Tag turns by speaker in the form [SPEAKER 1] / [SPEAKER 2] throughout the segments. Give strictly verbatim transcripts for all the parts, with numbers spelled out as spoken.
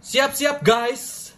[SPEAKER 1] Siap-siap guys.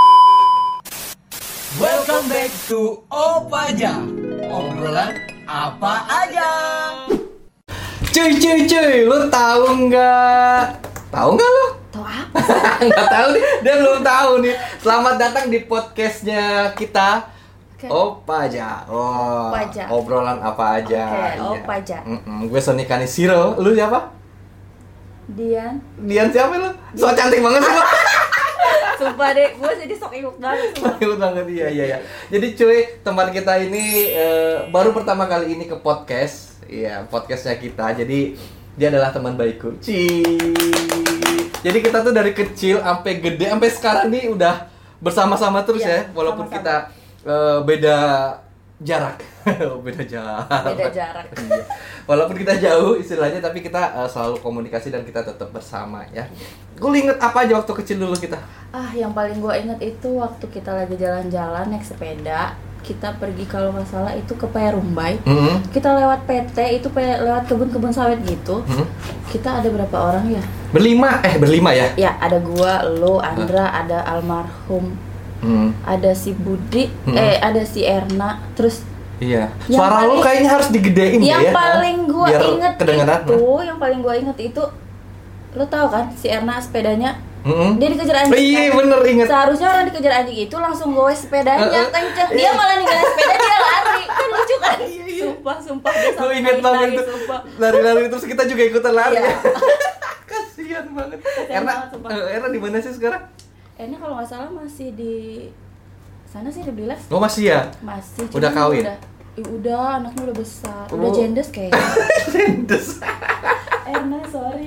[SPEAKER 1] Welcome back to Opaja. Obrolan apa aja.
[SPEAKER 2] Cuy cuy cuy, lu tahu nggak? Tahu nggak lu?
[SPEAKER 3] Tahu apa?
[SPEAKER 2] Nggak tahu nih, dia belum tahu nih. Selamat datang di podcastnya kita.
[SPEAKER 3] Okay.
[SPEAKER 2] Opaja. Oh,
[SPEAKER 3] Opaja.
[SPEAKER 2] Obrolan apa aja.
[SPEAKER 3] Oke,
[SPEAKER 2] Iya.
[SPEAKER 3] Opaja.
[SPEAKER 2] Mm-mm. Gue Sony Kanisiro. Lu siapa?
[SPEAKER 3] Dian.
[SPEAKER 2] Dian siapa lu? So cantik banget sih lu.
[SPEAKER 3] Sumpah deh, gue jadi sok ikut banget semua.
[SPEAKER 2] Ikut banget, iya iya iya. Jadi cuy, teman kita ini eh, baru pertama kali ini ke podcast. Iya, podcastnya kita. Jadi dia adalah teman baikku. Cii. Jadi kita tuh dari kecil sampai gede sampai sekarang nih udah bersama-sama terus
[SPEAKER 3] Iya,
[SPEAKER 2] ya, walaupun
[SPEAKER 3] sama-sama.
[SPEAKER 2] kita eh, beda jarak. beda jarak.
[SPEAKER 3] Beda jarak.
[SPEAKER 2] Iya. Walaupun kita jauh istilahnya, tapi kita eh, selalu komunikasi dan kita tetap bersama ya. Gue inget apa aja waktu kecil dulu kita?
[SPEAKER 3] Ah, yang paling gue inget itu waktu kita lagi jalan-jalan naik sepeda. Kita pergi kalau nggak salah itu ke Perumbai.
[SPEAKER 2] Mm-hmm.
[SPEAKER 3] Kita lewat P T, itu pe- lewat kebun-kebun sawit gitu.
[SPEAKER 2] Mm-hmm.
[SPEAKER 3] Kita ada berapa orang ya?
[SPEAKER 2] Berlima, eh berlima ya?
[SPEAKER 3] Ya, ada gua, lo, Andra, ada almarhum,
[SPEAKER 2] Hmm.
[SPEAKER 3] ada si Budi,
[SPEAKER 2] Hmm.
[SPEAKER 3] eh ada si Erna, terus
[SPEAKER 2] Iya.
[SPEAKER 3] Yang
[SPEAKER 2] Suara lu
[SPEAKER 3] paling-
[SPEAKER 2] kayaknya harus digedein deh
[SPEAKER 3] yang
[SPEAKER 2] ya.
[SPEAKER 3] paling gua
[SPEAKER 2] Biar
[SPEAKER 3] inget
[SPEAKER 2] kedengeran.
[SPEAKER 3] itu, yang paling gua inget itu, lo tahu kan si Erna sepedanya
[SPEAKER 2] Mm-mm.
[SPEAKER 3] dia dikejar anjing.
[SPEAKER 2] Oh, iya
[SPEAKER 3] kan?
[SPEAKER 2] bener inget.
[SPEAKER 3] Seharusnya orang dikejar anjing itu langsung goes sepedanya
[SPEAKER 2] Uh, uh,
[SPEAKER 3] kenceng.
[SPEAKER 2] iya.
[SPEAKER 3] Dia malah ninggalin sepeda dia lari. Kan lucu kan?
[SPEAKER 2] Iya, iya.
[SPEAKER 3] Sumpah, sumpah dia
[SPEAKER 2] Gue
[SPEAKER 3] sampai
[SPEAKER 2] inget banget
[SPEAKER 3] nangis,
[SPEAKER 2] itu.
[SPEAKER 3] sumpah.
[SPEAKER 2] Lari-lari terus kita juga ikutan lari.
[SPEAKER 3] Iya.
[SPEAKER 2] Kasihan banget.
[SPEAKER 3] Kasihan
[SPEAKER 2] Erna,
[SPEAKER 3] banget, sumpah.
[SPEAKER 2] eh, Erna di mana sih sekarang?
[SPEAKER 3] Erna kalau nggak salah masih di sana sih di Bilas.
[SPEAKER 2] Oh masih ya?
[SPEAKER 3] Masih.
[SPEAKER 2] Udah
[SPEAKER 3] cuman
[SPEAKER 2] kawin?
[SPEAKER 3] Udah, Ih, udah, anaknya udah besar. Udah
[SPEAKER 2] Oh.
[SPEAKER 3] jendes kayaknya.
[SPEAKER 2] Sendes.
[SPEAKER 3] Erna, sorry.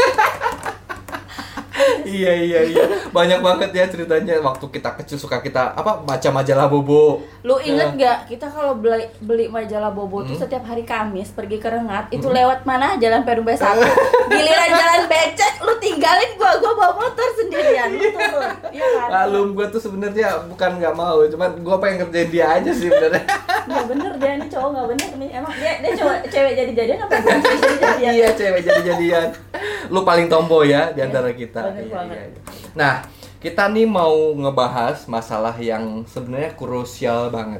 [SPEAKER 2] Iya iya iya. Banyak banget ya ceritanya. Waktu kita kecil suka kita apa baca majalah Bobo.
[SPEAKER 3] Lu inget
[SPEAKER 2] Eh.
[SPEAKER 3] gak, kita kalau beli, beli majalah Bobo tuh
[SPEAKER 2] Hmm.
[SPEAKER 3] setiap hari Kamis pergi ke Rengat, itu lewat mana? Jalan Perumbai satu. Giliran jalan becek, lu tinggalin gua, gua bawa motor sendirian, lu turun. Iya kan?
[SPEAKER 2] Malum gue tuh sebenarnya bukan nggak mau, cuman gue pengen ngerjain dia aja sih sebenarnya.
[SPEAKER 3] Nggak bener dia, ini cowok nggak bener nih. Emang dia dia cowok cewek jadi-jadian apa bukan cewek jadi-jadian?
[SPEAKER 2] Iya cewek jadi-jadian. Lu paling tomboy ya di antara kita.
[SPEAKER 3] bener
[SPEAKER 2] Iya,
[SPEAKER 3] banget.
[SPEAKER 2] iya, iya. Nah, kita nih mau ngebahas masalah yang sebenarnya krusial banget.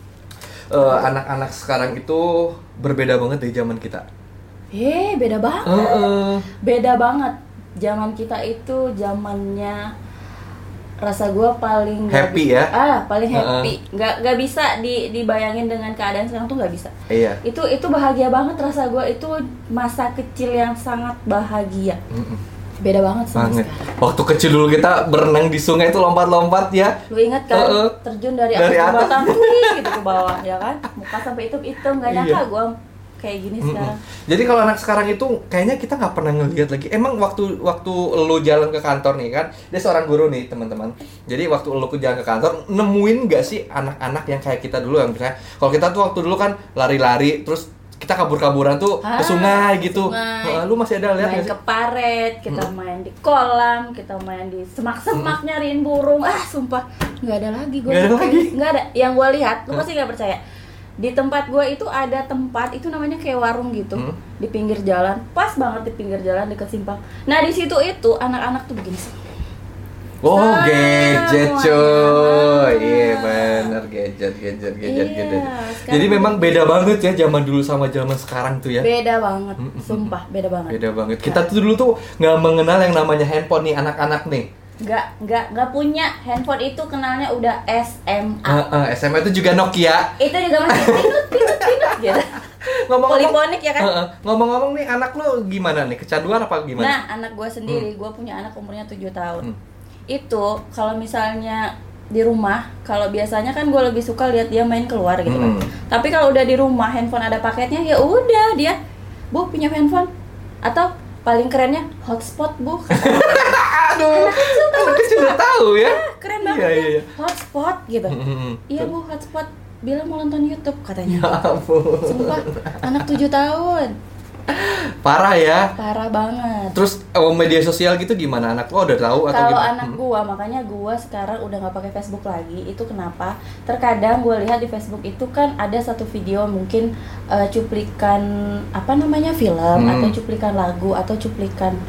[SPEAKER 2] Eh, anak-anak sekarang itu berbeda banget dari zaman kita.
[SPEAKER 3] Eh, beda banget.
[SPEAKER 2] Heeh.
[SPEAKER 3] Beda banget. Zaman kita itu zamannya rasa gua paling nggak
[SPEAKER 2] Happy
[SPEAKER 3] bi-
[SPEAKER 2] ya?
[SPEAKER 3] Ah, paling
[SPEAKER 2] Heeh.
[SPEAKER 3] happy. Nggak nggak bisa di dibayangin dengan keadaan sekarang tuh nggak bisa.
[SPEAKER 2] Iya.
[SPEAKER 3] itu itu bahagia banget rasa gue, itu masa kecil yang sangat bahagia.
[SPEAKER 2] Mm-mm.
[SPEAKER 3] Beda banget sama
[SPEAKER 2] Banget.
[SPEAKER 3] sekarang.
[SPEAKER 2] Waktu kecil dulu kita berenang di sungai itu lompat-lompat ya.
[SPEAKER 3] Lu ingat kan
[SPEAKER 2] Uh-uh.
[SPEAKER 3] terjun dari,
[SPEAKER 2] Dari
[SPEAKER 3] atas
[SPEAKER 2] atas.
[SPEAKER 3] jembatan wih, gitu ke bawah ya kan, muka sampai hitam-hitam, nggak nyangka
[SPEAKER 2] Iya.
[SPEAKER 3] gue kayak gini
[SPEAKER 2] Mm-mm.
[SPEAKER 3] sekarang.
[SPEAKER 2] Jadi kalau anak sekarang itu kayaknya kita nggak pernah ngelihat lagi. Emang waktu waktu lu jalan ke kantor nih kan, dia seorang guru nih teman-teman. Jadi waktu lu ke jalan ke kantor, nemuin nggak sih anak-anak yang kayak kita dulu yang misalnya, kalau kita tuh waktu dulu kan lari-lari, terus kita kabur-kaburan tuh ke
[SPEAKER 3] Ah,
[SPEAKER 2] sungai gitu.
[SPEAKER 3] sungai.
[SPEAKER 2] Heeh, lu masih ada lihat
[SPEAKER 3] Main
[SPEAKER 2] nggak
[SPEAKER 3] ke
[SPEAKER 2] sih?
[SPEAKER 3] paret, kita
[SPEAKER 2] Hmm.
[SPEAKER 3] main di kolam, kita main di semak-semak nyariin burung. Ah, sumpah nggak ada lagi gue.
[SPEAKER 2] Nggak ada lagi?
[SPEAKER 3] Nggak ada. Yang gue lihat, lu
[SPEAKER 2] Hah?
[SPEAKER 3] pasti nggak percaya. Di tempat gue itu ada tempat, itu namanya kayak warung gitu,
[SPEAKER 2] Hmm.
[SPEAKER 3] di pinggir jalan, pas banget di pinggir jalan dekat simpang. Nah di situ itu anak-anak tuh begini sih.
[SPEAKER 2] Oh,
[SPEAKER 3] Semuanya.
[SPEAKER 2] gadget cuy. Iya bener, gadget, gadget, gadget,
[SPEAKER 3] Iya,
[SPEAKER 2] gadget.
[SPEAKER 3] sekarang-
[SPEAKER 2] Jadi memang beda banget ya zaman dulu sama zaman sekarang tuh ya.
[SPEAKER 3] Beda banget,
[SPEAKER 2] Mm, mm, mm.
[SPEAKER 3] sumpah beda banget.
[SPEAKER 2] Beda banget. Kita tuh dulu tuh nggak mengenal yang namanya handphone nih anak-anak nih.
[SPEAKER 3] Nggak nggak nggak punya handphone, itu kenalnya udah S M A.
[SPEAKER 2] Heeh, S M A itu juga Nokia.
[SPEAKER 3] Itu juga masih pinut pinut pinut gitu.
[SPEAKER 2] Ngomong-ngomong,
[SPEAKER 3] Poliponik ya kan?
[SPEAKER 2] Heeh, ngomong-ngomong nih anak lu gimana nih? Kecanduan apa gimana?
[SPEAKER 3] Nah, anak gue sendiri, gue punya anak umurnya tujuh tahun.
[SPEAKER 2] Hmm.
[SPEAKER 3] Itu kalau misalnya di rumah, kalau biasanya kan gue lebih suka lihat dia main keluar gitu kan.
[SPEAKER 2] Hmm.
[SPEAKER 3] Tapi kalau udah di rumah, handphone ada paketnya, ya udah dia, Bu punya handphone. Atau paling kerennya hotspot, Bu.
[SPEAKER 2] Aduh, anak kecil udah tahu ya.
[SPEAKER 3] Keren
[SPEAKER 2] Iya,
[SPEAKER 3] banget
[SPEAKER 2] iya,
[SPEAKER 3] ya.
[SPEAKER 2] iya.
[SPEAKER 3] Hotspot gitu.
[SPEAKER 2] Hmm.
[SPEAKER 3] Iya, Bu, hotspot. Bilang mau nonton YouTube katanya.
[SPEAKER 2] Ya ampun.
[SPEAKER 3] Sumpah, anak tujuh tahun.
[SPEAKER 2] Parah ya.
[SPEAKER 3] Parah banget.
[SPEAKER 2] Terus oh, media sosial gitu gimana? Anak lo udah tahu atau
[SPEAKER 3] Kalau
[SPEAKER 2] gimana?
[SPEAKER 3] anak
[SPEAKER 2] Hmm.
[SPEAKER 3] gua, makanya gua sekarang udah nggak pakai Facebook lagi. Itu kenapa? Terkadang gua lihat di Facebook itu kan ada satu video mungkin eh, cuplikan apa namanya film
[SPEAKER 2] Hmm.
[SPEAKER 3] atau cuplikan lagu atau cuplikan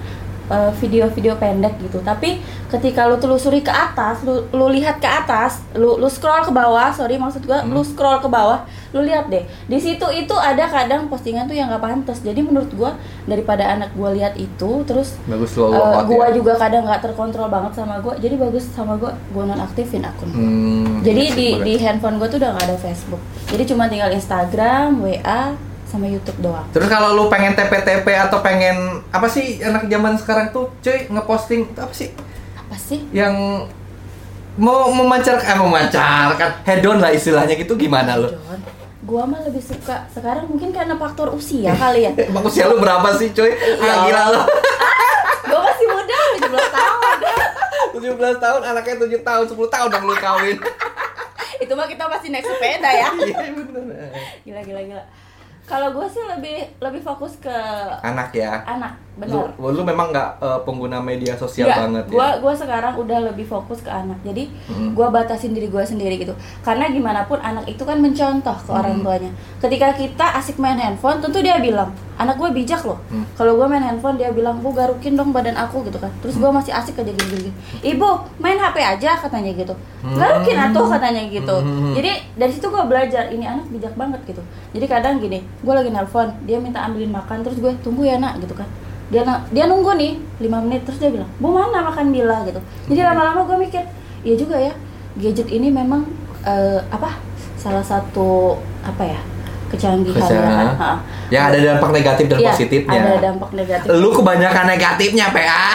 [SPEAKER 3] uh, video-video pendek gitu. Tapi ketika lu telusuri ke atas, lu lu lihat ke atas, lu lu scroll ke bawah, sorry maksud gua,
[SPEAKER 2] Hmm.
[SPEAKER 3] lu scroll ke bawah, lu lihat deh. Di situ itu ada kadang postingan tuh yang nggak pantas. Jadi menurut gua daripada anak gua lihat itu, terus
[SPEAKER 2] Bagus lu
[SPEAKER 3] uh,
[SPEAKER 2] walkout
[SPEAKER 3] gua
[SPEAKER 2] ya.
[SPEAKER 3] juga kadang nggak terkontrol banget sama gua. Jadi bagus sama gua, gua nonaktifin akun gua.
[SPEAKER 2] Hmm,
[SPEAKER 3] Jadi
[SPEAKER 2] asik
[SPEAKER 3] di
[SPEAKER 2] banget.
[SPEAKER 3] di handphone gua tuh udah nggak ada Facebook. Jadi cuma tinggal Instagram, W A, sama YouTube doang.
[SPEAKER 2] Terus kalau lu pengen T P T P atau pengen apa sih anak zaman sekarang tuh, cuy, ngeposting apa sih?
[SPEAKER 3] Apa sih?
[SPEAKER 2] Yang mau memancarkan, eh, memancarkan hedon lah istilahnya gitu, gimana lu?
[SPEAKER 3] John, gua mah lebih suka sekarang mungkin karena faktor usia kali ya.
[SPEAKER 2] Emang usia lu berapa sih, cuy? Ah, gila lu.
[SPEAKER 3] Gua masih muda, tujuh belas tahun.
[SPEAKER 2] tujuh belas tahun, anaknya tujuh tahun, sepuluh tahun udah lu kawin.
[SPEAKER 3] Itu mah kita masih naik sepeda ya.
[SPEAKER 2] Iya bener.
[SPEAKER 3] Gila gila gila. Kalau gue sih lebih lebih fokus ke
[SPEAKER 2] Anak ya.
[SPEAKER 3] anak,
[SPEAKER 2] Lu,
[SPEAKER 3] benar.
[SPEAKER 2] lu memang nggak eh, pengguna media sosial
[SPEAKER 3] Nggak,
[SPEAKER 2] banget
[SPEAKER 3] gua,
[SPEAKER 2] ya?
[SPEAKER 3] gua sekarang udah lebih fokus ke anak. Jadi
[SPEAKER 2] Hmm.
[SPEAKER 3] gua batasin diri gua sendiri gitu. Karena gimana pun anak itu kan mencontoh ke orang
[SPEAKER 2] Hmm.
[SPEAKER 3] tuanya. Ketika kita asik main handphone, tentu dia bilang, anak gue bijak loh.
[SPEAKER 2] Hmm.
[SPEAKER 3] Kalau gua main handphone dia bilang, bu garukin dong badan aku gitu kan. Terus gua masih asik aja gini-gini. Ibu main H P aja katanya gitu.
[SPEAKER 2] Hmm.
[SPEAKER 3] Garukin atuh katanya gitu.
[SPEAKER 2] Hmm.
[SPEAKER 3] Jadi dari situ gua belajar ini anak bijak banget gitu. Jadi kadang gini, gua lagi nelpon, dia minta ambilin makan, terus gue tunggu ya nak gitu kan. Dia na- dia nunggu nih lima menit, terus dia bilang, bu mana makan Bila gitu. Jadi lama-lama gue mikir, iya juga ya, gadget ini memang eh, apa salah satu apa ya kecanggihan ya
[SPEAKER 2] Kecanggihan.
[SPEAKER 3] kan? Ha.
[SPEAKER 2] Yang ada dampak negatif dan
[SPEAKER 3] Iya,
[SPEAKER 2] positifnya.
[SPEAKER 3] ada dampak negatif.
[SPEAKER 2] Lu kebanyakan negatifnya, P A.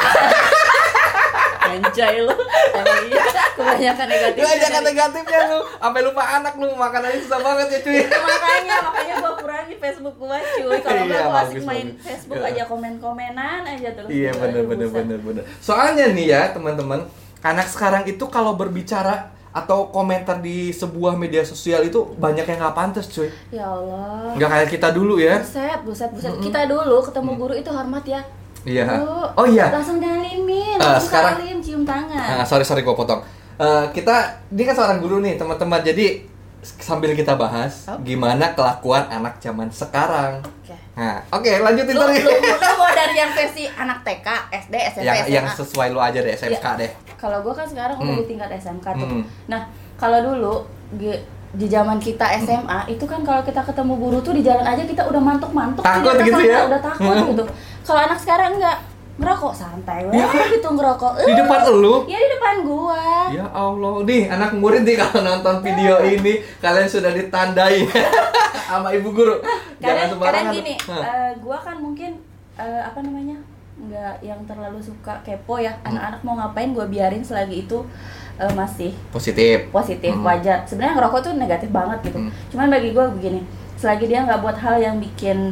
[SPEAKER 3] Anjay lu, emang iya kebanyakan negatif.
[SPEAKER 2] Kebanyakan negatifnya lu. Sampai lupa anak lu, makan aja susah banget ya, cuy.
[SPEAKER 3] Itu makanya makanya gue kurangi Facebook gue cuy. Kalau
[SPEAKER 2] Iya,
[SPEAKER 3] nggak gue asik
[SPEAKER 2] bagus,
[SPEAKER 3] main
[SPEAKER 2] bagus.
[SPEAKER 3] Facebook
[SPEAKER 2] Iya.
[SPEAKER 3] aja komen-komenan aja terus.
[SPEAKER 2] Iya
[SPEAKER 3] Aduh,
[SPEAKER 2] bener bener
[SPEAKER 3] buset.
[SPEAKER 2] bener bener. Soalnya nih ya teman-teman, anak sekarang itu kalau berbicara atau komentar di sebuah media sosial itu banyak yang nggak pantas, cuy.
[SPEAKER 3] Ya Allah.
[SPEAKER 2] Nggak kayak kita dulu ya.
[SPEAKER 3] Buset, buset, buset. Kita dulu ketemu guru itu hormat ya.
[SPEAKER 2] Iya.
[SPEAKER 3] Bu,
[SPEAKER 2] Oh iya.
[SPEAKER 3] langsung nyalimin,
[SPEAKER 2] Eh,
[SPEAKER 3] langsung
[SPEAKER 2] sekarang-
[SPEAKER 3] salim, cium tangan.
[SPEAKER 2] Nah, sorry sorry gue potong. Eh, kita ini kan seorang guru nih teman-teman. Jadi sambil kita bahas
[SPEAKER 3] Oh.
[SPEAKER 2] gimana kelakuan anak zaman sekarang.
[SPEAKER 3] Oke.
[SPEAKER 2] Nah, oke lanjutin
[SPEAKER 3] Lu,
[SPEAKER 2] tadi.
[SPEAKER 3] lu, lu mau dari yang versi anak T K, S D, S M P,
[SPEAKER 2] yang
[SPEAKER 3] S M A?
[SPEAKER 2] yang sesuai lu aja deh, S M K
[SPEAKER 3] Ya.
[SPEAKER 2] deh.
[SPEAKER 3] Kalau gue kan sekarang udah
[SPEAKER 2] Hmm.
[SPEAKER 3] di tingkat S M K tuh.
[SPEAKER 2] Hmm.
[SPEAKER 3] Nah, kalau dulu di, di zaman kita S M A itu kan kalau kita ketemu guru tuh di jalan aja kita udah mantuk-mantuk
[SPEAKER 2] Takut
[SPEAKER 3] di atas
[SPEAKER 2] gitu
[SPEAKER 3] sana,
[SPEAKER 2] ya?
[SPEAKER 3] udah takut
[SPEAKER 2] Hmm.
[SPEAKER 3] gitu. Kalau anak sekarang enggak, ngerokok santai weh
[SPEAKER 2] Ya.
[SPEAKER 3] gitu ngerokok.
[SPEAKER 2] Di
[SPEAKER 3] Eh,
[SPEAKER 2] depan elu.
[SPEAKER 3] Ya di depan gua.
[SPEAKER 2] Ya Allah, nih anak murid nih kalau nonton video ini kalian sudah ditandai sama ibu guru. Jangan
[SPEAKER 3] Kadang,
[SPEAKER 2] sembarangan.
[SPEAKER 3] kadang gini,
[SPEAKER 2] Hah.
[SPEAKER 3] eh, gua kan mungkin eh, apa namanya nggak yang terlalu suka kepo ya.
[SPEAKER 2] Hmm.
[SPEAKER 3] Anak-anak mau ngapain gua biarin selagi itu eh, masih
[SPEAKER 2] Positif.
[SPEAKER 3] positif,
[SPEAKER 2] Hmm.
[SPEAKER 3] wajar. Sebenarnya ngerokok tuh negatif banget gitu.
[SPEAKER 2] Hmm.
[SPEAKER 3] Cuman bagi gua begini, selagi dia nggak buat hal yang bikin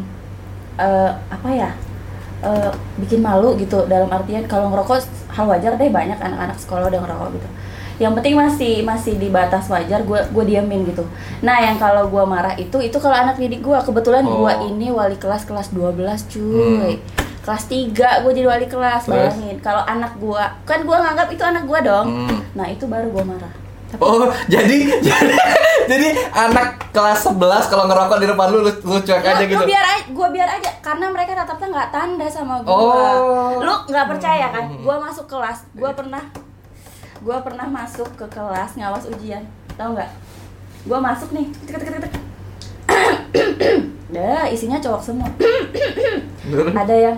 [SPEAKER 3] eh, apa ya, eh, bikin malu gitu. Dalam artian kalau ngerokok hal wajar deh, banyak anak-anak sekolah udah ngerokok gitu. Yang penting masih masih di batas wajar, gue gue diamin gitu. Nah yang kalau gue marah itu itu kalau anak didik gue, kebetulan
[SPEAKER 2] Oh.
[SPEAKER 3] gue ini wali kelas kelas dua belas cuy.
[SPEAKER 2] Hmm.
[SPEAKER 3] Kelas tiga gue jadi wali kelas,
[SPEAKER 2] Terus?
[SPEAKER 3] bayangin. Kalau anak gue, kan gue nganggap itu anak gue dong.
[SPEAKER 2] Hmm.
[SPEAKER 3] Nah itu baru gue marah. Tapi
[SPEAKER 2] Oh, jadi jadi jadi anak kelas sebelas kalau ngerokok di depan lu lu, lu cuek aja
[SPEAKER 3] Lu-
[SPEAKER 2] gitu.
[SPEAKER 3] lu biar aja, gua biar aja karena mereka rata-rata nggak tanda sama gua.
[SPEAKER 2] Oh.
[SPEAKER 3] Lu nggak percaya kan?
[SPEAKER 2] Hmm.
[SPEAKER 3] Gua masuk kelas, gua pernah gua pernah masuk ke kelas ngawas ujian. Tahu nggak? Gua masuk nih. Tek, tek, tek, tek. Dah, isinya cowok semua. Ada yang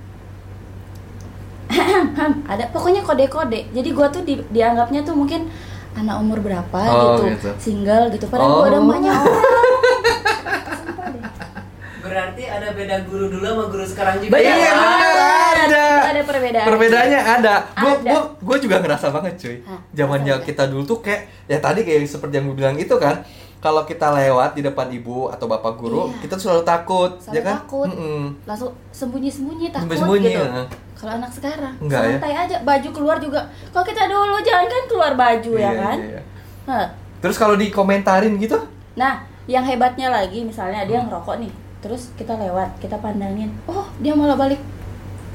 [SPEAKER 3] ada pokoknya kode-kode. Jadi gua tuh di, dianggapnya tuh mungkin anak umur berapa
[SPEAKER 2] Oh,
[SPEAKER 3] gitu,
[SPEAKER 2] gitu.
[SPEAKER 3] single gitu. Padahal
[SPEAKER 2] Oh.
[SPEAKER 3] gua udah emaknya orang. Sumpah deh.
[SPEAKER 1] Berarti ada beda guru dulu sama guru sekarang juga.
[SPEAKER 2] Iya,
[SPEAKER 1] ya?
[SPEAKER 2] bener, ada.
[SPEAKER 3] Ada perbedaan.
[SPEAKER 2] Perbedaannya ada. Gue
[SPEAKER 3] Ada.
[SPEAKER 2] gua, gua juga ngerasa banget cuy.
[SPEAKER 3] Hah,
[SPEAKER 2] Zamannya
[SPEAKER 3] masa
[SPEAKER 2] kita dulu tuh kayak ya tadi kayak seperti yang gue bilang itu kan. Kalau kita lewat di depan ibu atau bapak guru,
[SPEAKER 3] Iya.
[SPEAKER 2] kita tuh selalu takut,
[SPEAKER 3] Selalu
[SPEAKER 2] ya kan?
[SPEAKER 3] takut.
[SPEAKER 2] Mm-mm.
[SPEAKER 3] Langsung sembunyi-sembunyi takut
[SPEAKER 2] Sembunyi-sembunyi,
[SPEAKER 3] gitu.
[SPEAKER 2] ya.
[SPEAKER 3] Kalau anak sekarang
[SPEAKER 2] Enggak, ya?
[SPEAKER 3] santai aja, baju keluar juga. Kalau kita dulu jangan kan keluar baju ya
[SPEAKER 2] Iya,
[SPEAKER 3] kan.
[SPEAKER 2] iya, iya.
[SPEAKER 3] Hah.
[SPEAKER 2] Terus kalau dikomentarin gitu,
[SPEAKER 3] Nah, yang hebatnya lagi misalnya
[SPEAKER 2] Hmm.
[SPEAKER 3] dia ngerokok nih. Terus kita lewat, kita pandangin. Oh, dia malah balik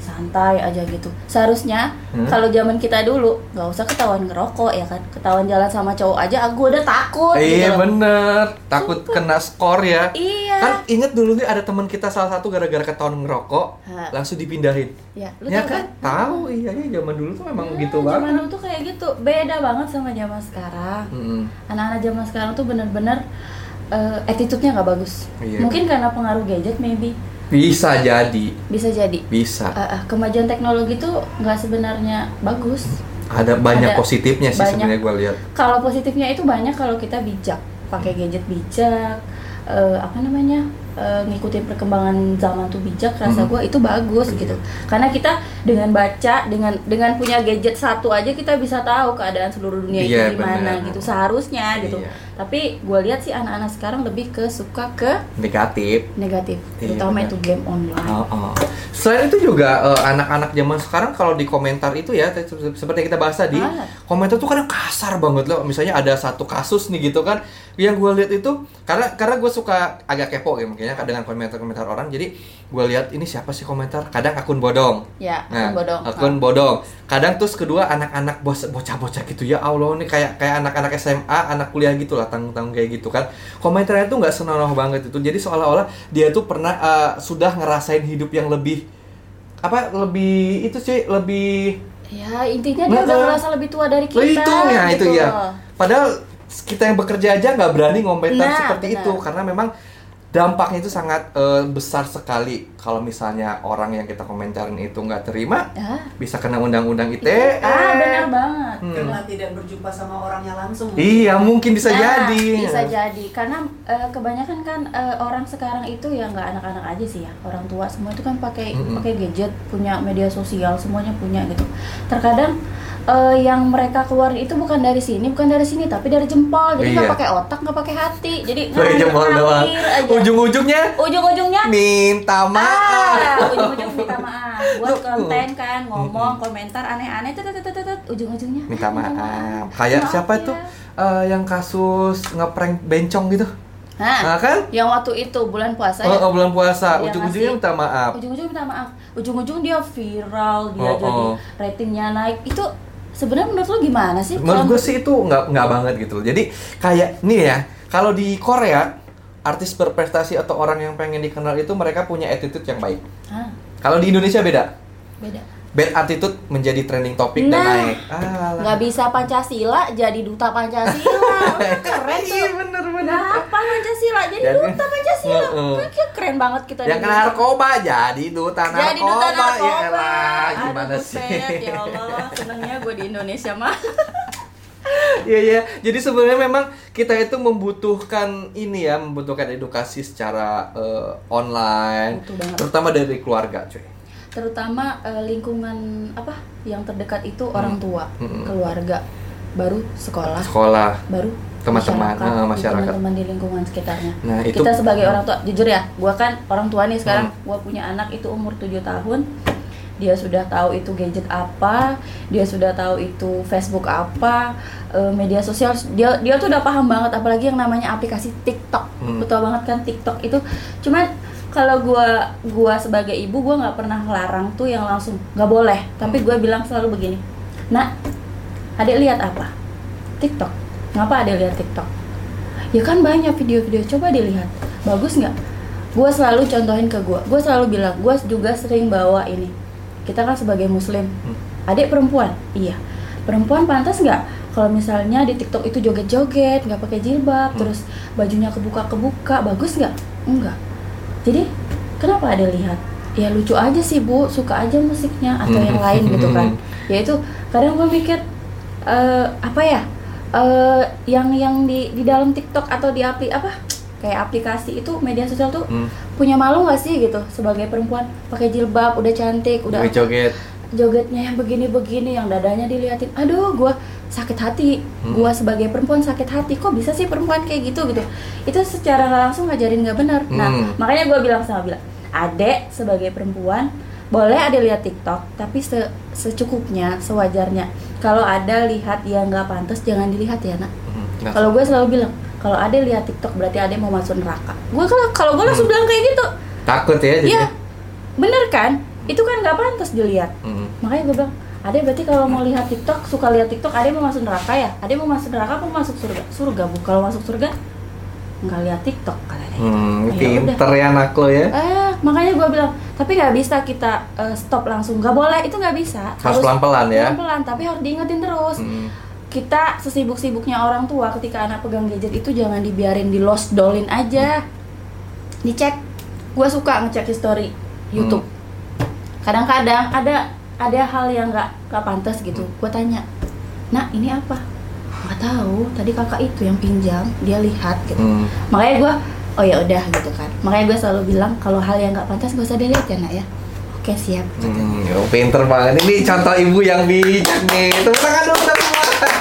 [SPEAKER 3] santai aja gitu. Seharusnya hmm? kalau zaman kita dulu nggak usah ketahuan ngerokok ya kan, ketahuan jalan sama cowok aja aku udah takut.
[SPEAKER 2] Iya
[SPEAKER 3] gitu
[SPEAKER 2] bener, takut
[SPEAKER 3] Sumpah.
[SPEAKER 2] kena skor ya.
[SPEAKER 3] Iya.
[SPEAKER 2] Kan inget dulu nih ada teman kita salah satu gara-gara ketahuan ngerokok
[SPEAKER 3] Ha.
[SPEAKER 2] langsung dipindahin.
[SPEAKER 3] Ya, lu
[SPEAKER 2] Ya
[SPEAKER 3] tahu
[SPEAKER 2] kan? Tahu, iya iya zaman dulu tuh memang
[SPEAKER 3] Nah,
[SPEAKER 2] gitu
[SPEAKER 3] zaman
[SPEAKER 2] banget.
[SPEAKER 3] dulu tuh kayak gitu, beda banget sama zaman sekarang.
[SPEAKER 2] Mm-mm.
[SPEAKER 3] Anak-anak zaman sekarang tuh bener-bener uh, attitude-nya nggak bagus.
[SPEAKER 2] Iya.
[SPEAKER 3] Mungkin karena pengaruh gadget, maybe.
[SPEAKER 2] Bisa jadi,
[SPEAKER 3] Bisa jadi.
[SPEAKER 2] bisa.
[SPEAKER 3] Uh, uh, kemajuan teknologi tuh nggak sebenarnya bagus.
[SPEAKER 2] Ada banyak
[SPEAKER 3] Ada
[SPEAKER 2] positifnya sih
[SPEAKER 3] banyak.
[SPEAKER 2] sebenarnya gue lihat.
[SPEAKER 3] Kalau positifnya itu banyak kalau kita bijak, pakai gadget bijak, uh, apa namanya, uh, ngikutin perkembangan zaman tuh bijak. Rasa
[SPEAKER 2] Mhm.
[SPEAKER 3] gue itu bagus
[SPEAKER 2] Iya.
[SPEAKER 3] gitu. Karena kita dengan baca, dengan dengan punya gadget satu aja kita bisa tahu keadaan seluruh dunia
[SPEAKER 2] Iya,
[SPEAKER 3] itu gimana
[SPEAKER 2] benar.
[SPEAKER 3] gitu. Seharusnya gitu.
[SPEAKER 2] Iya.
[SPEAKER 3] Tapi gue lihat sih anak-anak sekarang lebih ke suka ke
[SPEAKER 2] Negatif.
[SPEAKER 3] negatif,
[SPEAKER 2] Iya,
[SPEAKER 3] terutama
[SPEAKER 2] benar.
[SPEAKER 3] itu game online.
[SPEAKER 2] Oh, oh. Selain itu juga eh, anak-anak zaman sekarang kalau di komentar itu ya te- seperti yang kita bahas tadi,
[SPEAKER 3] Ah.
[SPEAKER 2] komentar tuh kadang kasar banget loh. Misalnya ada satu kasus nih gitu kan, yang gue lihat itu karena karena gue suka agak kepo ya mungkinnya dengan komentar-komentar orang. Jadi gue lihat ini siapa sih komentar? Kadang akun bodong.
[SPEAKER 3] Ya,
[SPEAKER 2] Nah,
[SPEAKER 3] akun bodong.
[SPEAKER 2] akun
[SPEAKER 3] Ah.
[SPEAKER 2] bodong. Kadang terus kedua anak-anak bos- bocah-bocah gitu ya Allah nih kayak kayak anak-anak S M A, anak kuliah gitu lah, tanggung-tanggung kayak gitu kan. Komentarnya tuh nggak senonoh banget itu. Jadi seolah-olah dia tuh pernah eh, sudah ngerasain hidup yang lebih apa lebih itu sih lebih
[SPEAKER 3] Ya intinya dia
[SPEAKER 2] Nah,
[SPEAKER 3] udah
[SPEAKER 2] eh,
[SPEAKER 3] ngerasa lebih tua dari kita.
[SPEAKER 2] itu ya itu
[SPEAKER 3] gitu
[SPEAKER 2] ya.
[SPEAKER 3] loh.
[SPEAKER 2] Padahal kita yang bekerja aja nggak berani ngomentar
[SPEAKER 3] Nah,
[SPEAKER 2] seperti
[SPEAKER 3] benar.
[SPEAKER 2] itu karena memang dampaknya itu sangat eh, besar sekali. Kalau misalnya orang yang kita komentarin itu nggak terima,
[SPEAKER 3] Ah,
[SPEAKER 2] bisa kena undang-undang I T E.
[SPEAKER 3] ah benar banget.
[SPEAKER 2] Hmm.
[SPEAKER 1] Karena tidak berjumpa sama orangnya langsung.
[SPEAKER 2] Iya, mungkin bisa
[SPEAKER 3] Nah,
[SPEAKER 2] jadi.
[SPEAKER 3] Bisa jadi karena eh, kebanyakan kan eh, orang sekarang itu ya nggak anak-anak aja sih ya, orang tua semua itu kan pakai
[SPEAKER 2] Mm-mm.
[SPEAKER 3] pakai gadget, punya media sosial, semuanya punya gitu. Terkadang eh, yang mereka keluarin itu bukan dari sini, bukan dari sini, tapi dari jempol. Jadi nggak
[SPEAKER 2] Iya.
[SPEAKER 3] pakai otak, nggak pakai hati. Jadi
[SPEAKER 2] Pakai jempol doang.
[SPEAKER 3] ngalir aja.
[SPEAKER 2] Ujung-ujungnya
[SPEAKER 3] Ujung-ujungnya
[SPEAKER 2] minta maaf.
[SPEAKER 3] Ah, ujung-ujung minta maaf buat konten kan, ngomong, komentar aneh-aneh, tut, tut, tut, tut, tut, ujung-ujungnya
[SPEAKER 2] Minta
[SPEAKER 3] ah,
[SPEAKER 2] maaf. Kayak
[SPEAKER 3] Maaf
[SPEAKER 2] siapa
[SPEAKER 3] ya.
[SPEAKER 2] tuh eh, yang kasus ngeprank bencong gitu?
[SPEAKER 3] Nah,
[SPEAKER 2] Nah, kan?
[SPEAKER 3] yang waktu itu bulan puasa
[SPEAKER 2] Oh,
[SPEAKER 3] ya,
[SPEAKER 2] oh, bulan puasa,
[SPEAKER 3] Iya,
[SPEAKER 2] ujung-ujungnya
[SPEAKER 3] ngasih.
[SPEAKER 2] minta maaf.
[SPEAKER 3] ujung-ujung minta maaf, ujung-ujung dia viral, dia
[SPEAKER 2] Oh,
[SPEAKER 3] jadi
[SPEAKER 2] oh.
[SPEAKER 3] ratingnya naik. Itu sebenarnya menurut lo gimana sih?
[SPEAKER 2] Menurut
[SPEAKER 3] Kalau-
[SPEAKER 2] gue sih itu nggak nggak banget gitu. Jadi kayak nih ya, kalau di Korea artis berprestasi atau orang yang pengen dikenal itu mereka punya attitude yang baik.
[SPEAKER 3] Ah,
[SPEAKER 2] Kalau di Indonesia beda.
[SPEAKER 3] beda.
[SPEAKER 2] Bad attitude menjadi trending topik dan
[SPEAKER 3] Nah,
[SPEAKER 2] naik. Ah,
[SPEAKER 3] Nggak bisa Pancasila jadi duta Pancasila. Keren tuh.
[SPEAKER 2] Iya bener bener.
[SPEAKER 3] Nah, apa Pancasila jadi
[SPEAKER 2] Jadi-
[SPEAKER 3] duta Pancasila?
[SPEAKER 2] Heeh.
[SPEAKER 3] Kayak keren banget kita.
[SPEAKER 2] Yang
[SPEAKER 3] di
[SPEAKER 2] kena
[SPEAKER 3] Indonesia.
[SPEAKER 2] narkoba jadi duta narkoba.
[SPEAKER 3] Jadi duta narkoba.
[SPEAKER 2] Ya elah, gimana
[SPEAKER 3] Aduh,
[SPEAKER 2] sih?
[SPEAKER 3] buset, ya Allah, senengnya gue di Indonesia mah.
[SPEAKER 2] Iya iya. Jadi sebenarnya memang kita itu membutuhkan ini ya, membutuhkan edukasi secara eh, online,
[SPEAKER 3] Betul banget.
[SPEAKER 2] terutama dari keluarga, cuy.
[SPEAKER 3] Terutama eh, lingkungan apa yang terdekat itu orang tua,
[SPEAKER 2] Hmm.
[SPEAKER 3] keluarga, baru sekolah,
[SPEAKER 2] Sekolah,
[SPEAKER 3] baru
[SPEAKER 2] teman-teman,
[SPEAKER 3] masyarakat,
[SPEAKER 2] eh, masyarakat.
[SPEAKER 3] teman-teman di lingkungan sekitarnya.
[SPEAKER 2] Nah, itu
[SPEAKER 3] Kita sebagai orang tua, jujur ya, gua kan orang tua nih sekarang,
[SPEAKER 2] Hmm.
[SPEAKER 3] gua punya anak itu umur tujuh tahun. Dia sudah tahu itu gadget apa, dia sudah tahu itu Facebook apa, eh, media sosial, dia dia tuh udah paham banget, apalagi yang namanya aplikasi TikTok.
[SPEAKER 2] Hmm.
[SPEAKER 3] Betul banget kan TikTok itu. Cuman kalau gua gua sebagai ibu, gua nggak pernah larang tuh yang langsung nggak boleh, tapi gua bilang selalu begini, nak, adek lihat apa? TikTok. Ngapa adek lihat TikTok? Ya kan banyak video-video, coba dilihat, bagus nggak? Gua selalu contohin ke gua, gua selalu bilang, gua juga sering bawa ini. Kita kan sebagai muslim, adik perempuan, iya, perempuan pantas nggak kalau misalnya di TikTok itu joget-joget, nggak pakai jilbab,
[SPEAKER 2] Hmm.
[SPEAKER 3] terus bajunya kebuka-kebuka, bagus nggak? Enggak. Jadi kenapa ada lihat? Ya lucu aja sih bu, suka aja musiknya atau yang lain gitu kan. Ya itu kadang gue mikir eh, apa ya, eh, yang yang di di dalam TikTok atau di apli apa kayak aplikasi itu media sosial tuh
[SPEAKER 2] Hmm.
[SPEAKER 3] punya malu nggak sih gitu sebagai perempuan pakai jilbab udah cantik udah
[SPEAKER 2] joget.
[SPEAKER 3] jogetnya yang begini-begini yang dadanya diliatin, aduh gue sakit hati,
[SPEAKER 2] Hmm.
[SPEAKER 3] gue sebagai perempuan sakit hati, kok bisa sih perempuan kayak gitu gitu. Itu secara nggak langsung ngajarin nggak benar. Nah
[SPEAKER 2] Hmm.
[SPEAKER 3] makanya gue bilang sama Bila, adek sebagai perempuan boleh ada lihat TikTok tapi se- secukupnya, sewajarnya. Kalau ada lihat yang nggak pantas jangan dilihat ya nak.
[SPEAKER 2] Hmm, nah.
[SPEAKER 3] Kalau gue selalu bilang kalau adek lihat TikTok berarti adek mau masuk neraka. Gue kalau kalau gue langsung
[SPEAKER 2] Hmm.
[SPEAKER 3] bilang kayak gitu.
[SPEAKER 2] Takut ya jadi.
[SPEAKER 3] Iya, bener kan? Itu kan nggak pantas dilihat.
[SPEAKER 2] Hmm.
[SPEAKER 3] Makanya gue bilang, Ade berarti kalau mau lihat TikTok, suka lihat TikTok, Ade mau masuk neraka ya? Ade mau masuk neraka apa mau masuk surga? Surga, Bu. Kalau masuk surga nggak lihat TikTok kata dia.
[SPEAKER 2] Hmm,
[SPEAKER 3] Ya
[SPEAKER 2] pinter ya anak lo ya.
[SPEAKER 3] Eh, makanya gue bilang, tapi nggak bisa kita uh, stop langsung, nggak boleh, itu nggak bisa.
[SPEAKER 2] Harus pelan-pelan ya.
[SPEAKER 3] Pelan-pelan, tapi harus diingetin terus.
[SPEAKER 2] Hmm.
[SPEAKER 3] Kita sesibuk-sibuknya orang tua ketika anak pegang gadget itu jangan dibiarin di lost dolin aja. Dicek. Gue suka ngecek history YouTube.
[SPEAKER 2] Hmm.
[SPEAKER 3] Kadang-kadang ada ada hal yang nggak nggak pantas gitu. Gue tanya, nah ini apa? Nggak tahu. Tadi kakak itu yang pinjam, dia lihat gitu.
[SPEAKER 2] Hmm.
[SPEAKER 3] Makanya gue, oh ya udah gitu kan. Makanya gue selalu bilang kalau hal yang nggak pantas gak usah dilihat ya nak ya. Oke siap.
[SPEAKER 2] Hmm, oh, pinter banget. Ini contoh ibu yang bijak nih. Tepuk tangan dong semua.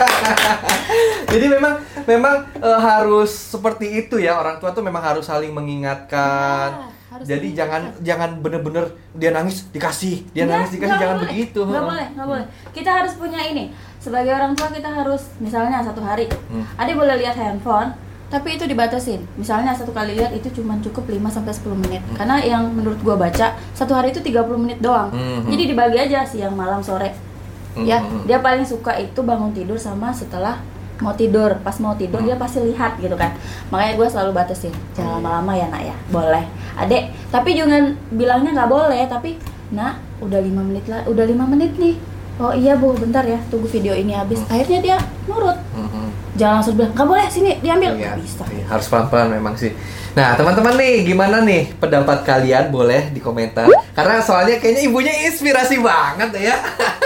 [SPEAKER 2] Jadi memang memang e, harus seperti itu ya, orang tua tuh memang harus saling mengingatkan.
[SPEAKER 3] Ya, harus
[SPEAKER 2] Jadi
[SPEAKER 3] mengingatkan.
[SPEAKER 2] jangan jangan bener-bener dia nangis dikasih, dia
[SPEAKER 3] Nggak,
[SPEAKER 2] nangis dikasih,
[SPEAKER 3] nggak
[SPEAKER 2] jangan
[SPEAKER 3] boleh.
[SPEAKER 2] begitu.
[SPEAKER 3] Nggak boleh, nggak boleh. Kita harus punya ini. Sebagai orang tua kita harus, misalnya satu hari,
[SPEAKER 2] Hmm.
[SPEAKER 3] Ade boleh lihat handphone, tapi itu dibatasin. Misalnya satu kali lihat itu cuma cukup lima sampai sepuluh menit.
[SPEAKER 2] Hmm.
[SPEAKER 3] Karena yang menurut gua baca, satu hari itu tiga puluh menit doang.
[SPEAKER 2] Hmm.
[SPEAKER 3] Jadi dibagi aja siang, malam, sore.
[SPEAKER 2] Hmm.
[SPEAKER 3] Ya, dia paling suka itu bangun tidur sama setelah mau tidur. Pas mau tidur
[SPEAKER 2] Hmm.
[SPEAKER 3] dia pasti lihat gitu kan. Makanya gue selalu batasin, jangan lama-lama ya nak ya. Boleh. Adek, tapi jangan bilangnya nggak boleh, tapi nak udah lima menit lah, udah lima menit nih. Oh iya Bu, bentar ya, tunggu video ini habis. Akhirnya dia nurut.
[SPEAKER 2] Hmm.
[SPEAKER 3] Jangan langsung bilang, nggak boleh, sini diambil.
[SPEAKER 2] Iya,
[SPEAKER 3] Nggak bisa.
[SPEAKER 2] iya, harus pelan-pelan memang sih. Nah, teman-teman nih, gimana nih pendapat kalian? Boleh di komentar. Karena soalnya kayaknya ibunya inspirasi banget ya.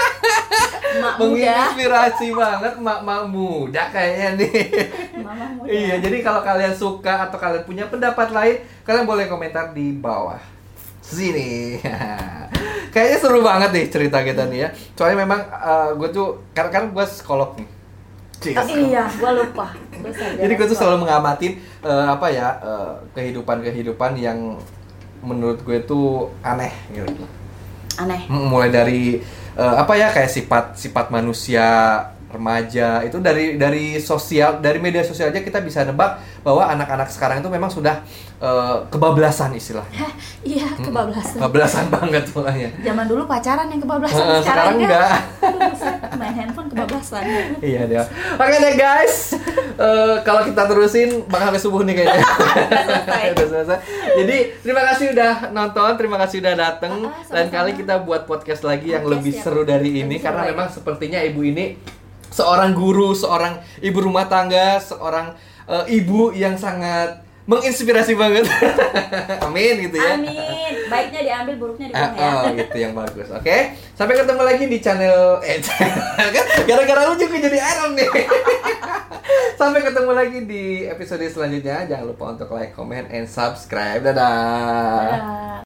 [SPEAKER 3] Mak muda.
[SPEAKER 2] Menginspirasi banget mak-mak muda kayaknya nih.
[SPEAKER 3] Mama muda.
[SPEAKER 2] Iya, jadi kalau kalian suka atau kalian punya pendapat lain, kalian boleh komentar di bawah sini. Kayaknya seru banget nih cerita kita nih ya. Soalnya memang gue tuh, karena kan gue psikolog nih.
[SPEAKER 3] Oh, iya, gue lupa. Gua sadar.
[SPEAKER 2] Jadi gue tuh selalu mengamati uh, apa ya uh, kehidupan-kehidupan yang menurut gue tuh aneh gitu.
[SPEAKER 3] Aneh.
[SPEAKER 2] M- Mulai dari uh, apa ya kayak sifat-sifat manusia remaja itu dari dari sosial dari media sosial aja kita bisa nebak bahwa anak-anak sekarang itu memang sudah uh, kebablasan istilahnya.
[SPEAKER 3] Hah, iya, kebablasan.
[SPEAKER 2] Kebablasan banget mulanya.
[SPEAKER 3] Zaman dulu pacaran yang kebablasan,
[SPEAKER 2] Uh, sekarang enggak.
[SPEAKER 3] Aduh, buset, main handphone kebablasan.
[SPEAKER 2] Iya dia. Oke deh guys, Eh, kalau kita terusin bakal sampai subuh nih kayaknya.
[SPEAKER 3] selesai.
[SPEAKER 2] Udah selesai. Jadi terima kasih udah nonton, terima kasih udah dateng.
[SPEAKER 3] Ah, ah,
[SPEAKER 2] Dan
[SPEAKER 3] sama-sama.
[SPEAKER 2] kali kita buat podcast lagi yang
[SPEAKER 3] Podcast
[SPEAKER 2] lebih
[SPEAKER 3] ya.
[SPEAKER 2] seru dari ini
[SPEAKER 3] Lebih
[SPEAKER 2] karena
[SPEAKER 3] seru
[SPEAKER 2] memang sepertinya ibu ini seorang guru, seorang ibu rumah tangga, seorang eh, ibu yang sangat menginspirasi banget. Amin gitu ya.
[SPEAKER 3] Amin. Baiknya diambil, buruknya
[SPEAKER 2] Ah,
[SPEAKER 3] dibuang ya.
[SPEAKER 2] oh gitu yang bagus. Oke, sampai ketemu lagi di channel eh kan gara-gara lu juga jadi Aaron nih. Sampai ketemu lagi di episode selanjutnya. Jangan lupa untuk like, comment, and subscribe. Dadah.
[SPEAKER 3] Dadah.